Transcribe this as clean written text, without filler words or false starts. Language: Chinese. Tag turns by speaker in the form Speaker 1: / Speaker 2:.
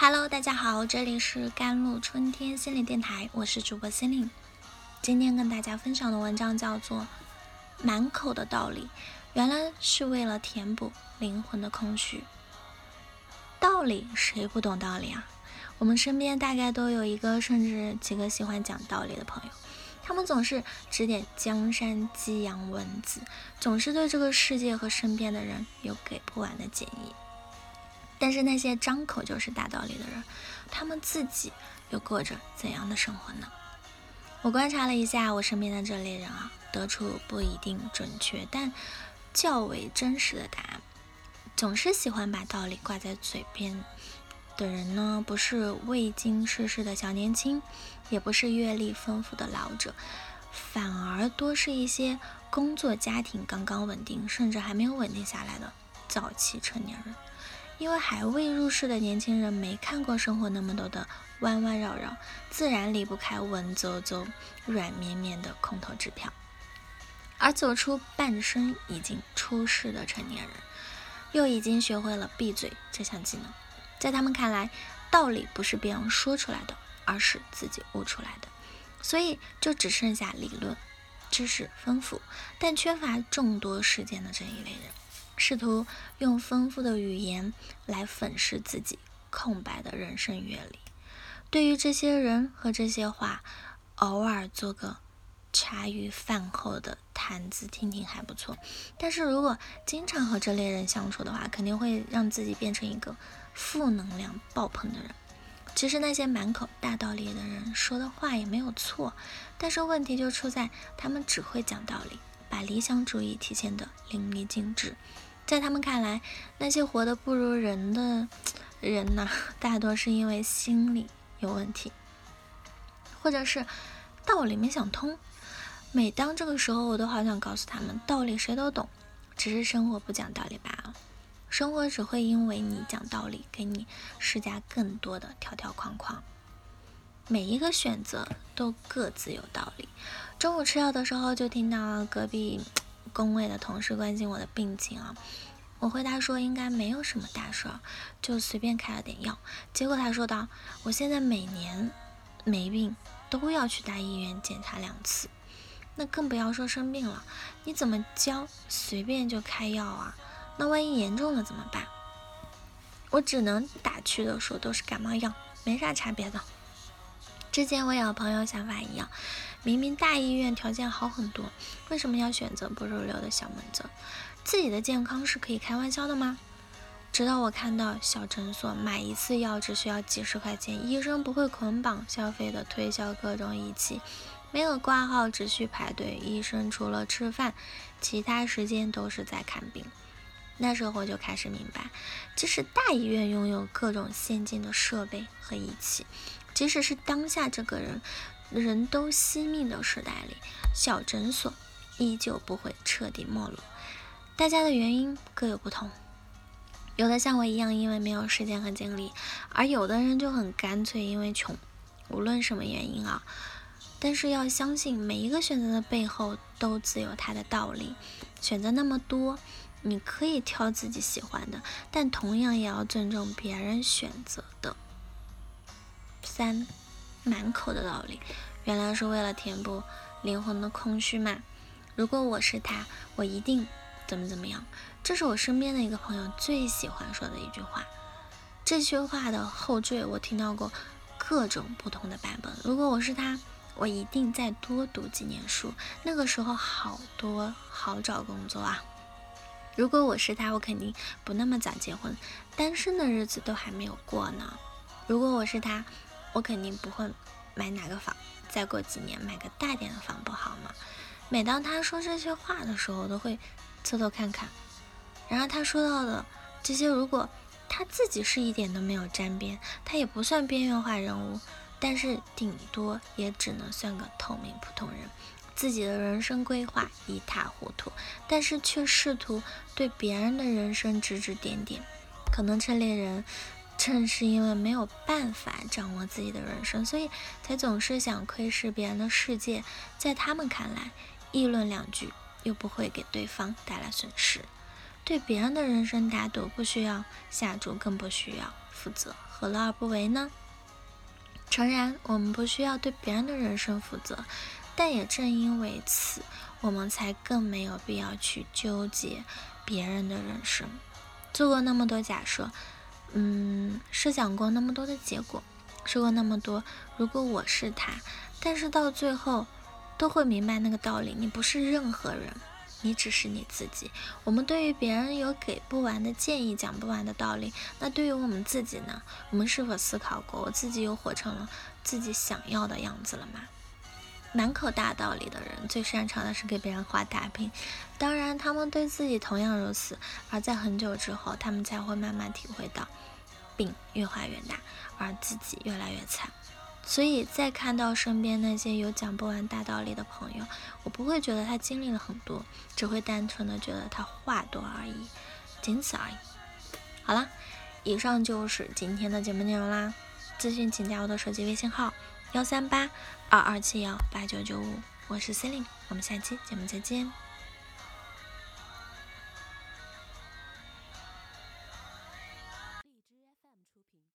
Speaker 1: Hello， 大家好，这里是甘露春天心理电台，我是主播心灵。今天跟大家分享的文章叫做《满口的道理，原来是为了填补灵魂的空虚》。道理谁不懂道理啊？我们身边大概都有一个甚至几个喜欢讲道理的朋友，他们总是指点江山，激扬文字，总是对这个世界和身边的人有给不完的建议。但是那些张口就是大道理的人，他们自己又过着怎样的生活呢？我观察了一下我身边的这类人啊，得出不一定准确但较为真实的答案。总是喜欢把道理挂在嘴边的人呢，不是未经世事的小年轻，也不是阅历丰富的老者，反而多是一些工作家庭刚刚稳定，甚至还没有稳定下来的早期成年人。因为还未入世的年轻人没看过生活那么多的弯弯绕绕，自然离不开文绉绉软绵绵的空头支票。而走出半生已经出世的成年人，又已经学会了闭嘴这项技能。在他们看来，道理不是别人说出来的，而是自己悟出来的，所以就只剩下理论知识丰富但缺乏众多实践的这一类人，试图用丰富的语言来粉饰自己空白的人生阅历。对于这些人和这些话，偶尔做个茶余饭后的谈资听听还不错，但是如果经常和这类人相处的话，肯定会让自己变成一个负能量爆棚的人。其实那些满口大道理的人说的话也没有错，但是问题就出在他们只会讲道理，把理想主义体现得淋漓尽致。在他们看来，那些活得不如人的人呢，大多是因为心理有问题，或者是道理没想通。每当这个时候，我都好想告诉他们，道理谁都懂，只是生活不讲道理罢了。生活只会因为你讲道理，给你施加更多的条条框框。每一个选择都各自有道理。中午吃药的时候，就听到隔壁工位的同事关心我的病情啊，我回答说应该没有什么大事，就随便开了点药。结果他说道，我现在每年没病都要去大医院检查2次，那更不要说生病了，你怎么教随便就开药啊？那万一严重了怎么办？我只能打趣的说都是感冒药，没啥差别的。之前我有朋友想法一样，明明大医院条件好很多，为什么要选择不入流的小门诊？自己的健康是可以开玩笑的吗？直到我看到小诊所买一次药只需要几十块钱，医生不会捆绑消费的推销各种仪器，没有挂号只需排队，医生除了吃饭其他时间都是在看病。那时候我就开始明白，即使大医院拥有各种先进的设备和仪器，即使是当下这个人都惜命的时代里，小诊所依旧不会彻底没落。大家的原因各有不同，有的像我一样因为没有时间和精力，而有的人就很干脆因为穷。无论什么原因啊，但是要相信每一个选择的背后都自有它的道理。选择那么多，你可以挑自己喜欢的，但同样也要尊重别人选择的。3. 满口的道理，原来是为了填补灵魂的空虚嘛。如果我是他，我一定怎么样。这是我身边的一个朋友最喜欢说的一句话。这句话的后缀我听到过各种不同的版本。如果我是他，我一定再多读几年书，那个时候好找工作啊。如果我是他，我肯定不那么早结婚，单身的日子都还没有过呢。如果我是他，我肯定不会买哪个房，再过几年买个大点的房不好吗？每当他说这些话的时候，我都会侧头看看。然而他说到的这些，如果他自己是一点都没有沾边，他也不算边缘化人物，但是顶多也只能算个透明普通人，自己的人生规划一塌糊涂，但是却试图对别人的人生指指点点。可能这类人正是因为没有办法掌握自己的人生，所以才总是想窥视别人的世界。在他们看来，议论2句又不会给对方带来损失。 对别人的人生大赌不需要下注，更不需要负责，何乐而不为呢？诚然，我们不需要对别人的人生负责，但也正因为此，我们才更没有必要去纠结别人的人生，做过那么多假设，设想过那么多的结果，说过那么多如果我是他，但是到最后都会明白那个道理，你不是任何人，你只是你自己。我们对于别人有给不完的建议，讲不完的道理，那对于我们自己呢？我们是否思考过，我自己又活成了自己想要的样子了吗？满口大道理的人最擅长的是给别人画大饼，当然他们对自己同样如此，而在很久之后，他们才会慢慢体会到饼越画越大，而自己越来越惨。所以再看到身边那些有讲不完大道理的朋友，我不会觉得他经历了很多，只会单纯的觉得他话多而已，仅此而已。好了，以上就是今天的节目内容啦。咨询请加我的手机微信号13822718995，我是 Celine，我们下期节目再见。